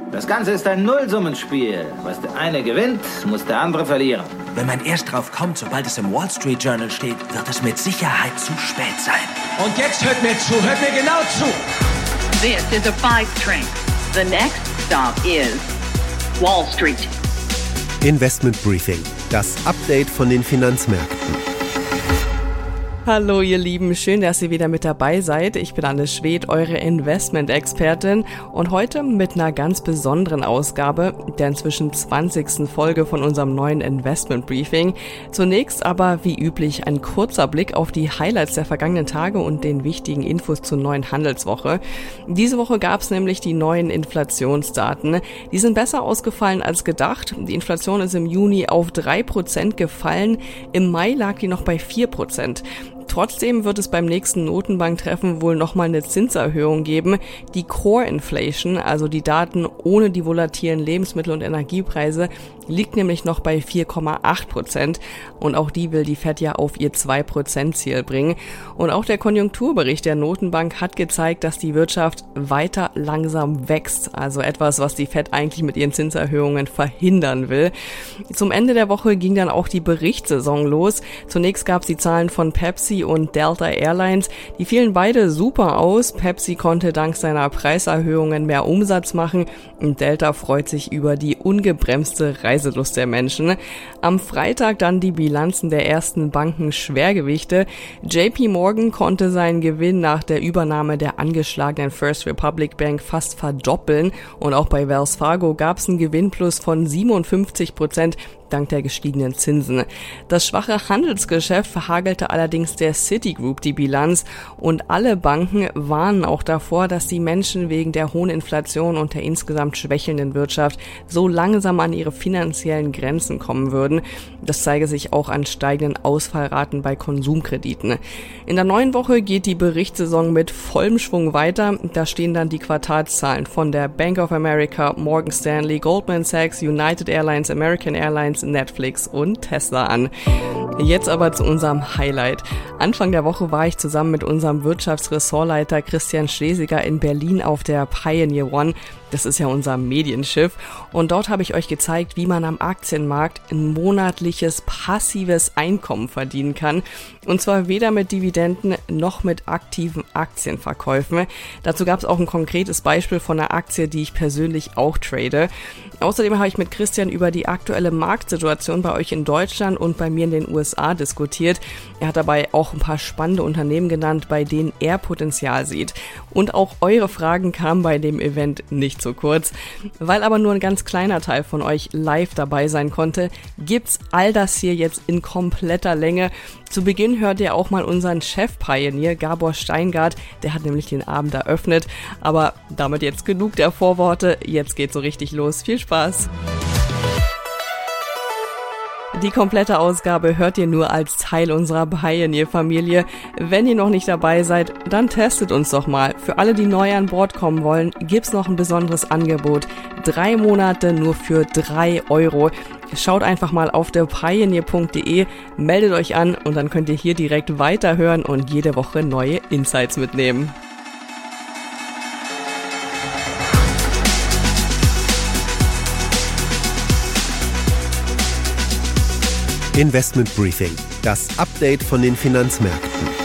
Das Ganze ist ein Nullsummenspiel. Was der eine gewinnt, muss der andere verlieren. Wenn man erst drauf kommt, sobald es im Wall Street Journal steht, wird es mit Sicherheit zu spät sein. Und jetzt hört mir zu, hört mir genau zu. This is a five train. The next stop is Wall Street. Investment Briefing, das Update von den Finanzmärkten. Hallo ihr Lieben, schön, dass ihr wieder mit dabei seid. Ich bin Anne Schwedt, eure Investment-Expertin und heute mit einer ganz besonderen Ausgabe, der inzwischen 20. Folge von unserem neuen Investment Briefing. Zunächst aber wie üblich ein kurzer Blick auf die Highlights der vergangenen Tage und den wichtigen Infos zur neuen Handelswoche. Diese Woche gab es nämlich die neuen Inflationsdaten. Die sind besser ausgefallen als gedacht. Die Inflation ist im Juni auf 3% gefallen, im Mai lag die noch bei 4%. Trotzdem wird es beim nächsten Notenbanktreffen wohl nochmal eine Zinserhöhung geben. Die Core Inflation, also die Daten ohne die volatilen Lebensmittel- und Energiepreise, liegt nämlich noch bei 4,8% und auch die will die Fed ja auf ihr 2%-Ziel bringen. Und auch der Konjunkturbericht der Notenbank hat gezeigt, dass die Wirtschaft weiter langsam wächst, also etwas, was die Fed eigentlich mit ihren Zinserhöhungen verhindern will. Zum Ende der Woche ging dann auch die Berichtssaison los. Zunächst gab es die Zahlen von Pepsi und Delta Airlines. Die fielen beide super aus. Pepsi konnte dank seiner Preiserhöhungen mehr Umsatz machen und Delta freut sich über die ungebremste Reiselust der Menschen. Am Freitag dann die Bilanzen der ersten Banken-Schwergewichte. JP Morgan konnte seinen Gewinn nach der Übernahme der angeschlagenen First Republic Bank fast verdoppeln und auch bei Wells Fargo gab es einen Gewinnplus von 57%. Dank der gestiegenen Zinsen. Das schwache Handelsgeschäft verhagelte allerdings der Citigroup die Bilanz und alle Banken warnen auch davor, dass die Menschen wegen der hohen Inflation und der insgesamt schwächelnden Wirtschaft so langsam an ihre finanziellen Grenzen kommen würden. Das zeige sich auch an steigenden Ausfallraten bei Konsumkrediten. In der neuen Woche geht die Berichtssaison mit vollem Schwung weiter. Da stehen dann die Quartalszahlen von der Bank of America, Morgan Stanley, Goldman Sachs, United Airlines, American Airlines, Netflix und Tesla an. Jetzt aber zu unserem Highlight. Anfang der Woche war ich zusammen mit unserem Wirtschaftsressortleiter Christian Schlesiger in Berlin auf der Pioneer One. Das ist ja unser Medienschiff. Und dort habe ich euch gezeigt, wie man am Aktienmarkt ein monatliches passives Einkommen verdienen kann. Und zwar weder mit Dividenden noch mit aktiven Aktienverkäufen. Dazu gab es auch ein konkretes Beispiel von einer Aktie, die ich persönlich auch trade. Außerdem habe ich mit Christian über die aktuelle Marktsituation bei euch in Deutschland und bei mir in den USA diskutiert. Er hat dabei auch ein paar spannende Unternehmen genannt, bei denen er Potenzial sieht. Und auch eure Fragen kamen bei dem Event nicht so kurz. Weil aber nur ein ganz kleiner Teil von euch live dabei sein konnte, gibt's all das hier jetzt in kompletter Länge. Zu Beginn hört ihr auch mal unseren Chef-Pionier Gabor Steingart, der hat nämlich den Abend eröffnet. Aber damit jetzt genug der Vorworte, jetzt geht's so richtig los. Viel Spaß! Die komplette Ausgabe hört ihr nur als Teil unserer Pioneer-Familie. Wenn ihr noch nicht dabei seid, dann testet uns doch mal. Für alle, die neu an Bord kommen wollen, gibt's noch ein besonderes Angebot. 3 Monate nur für 3 €. Schaut einfach mal auf der pioneer.de, meldet euch an und dann könnt ihr hier direkt weiterhören und jede Woche neue Insights mitnehmen. Investment Briefing, das Update von den Finanzmärkten.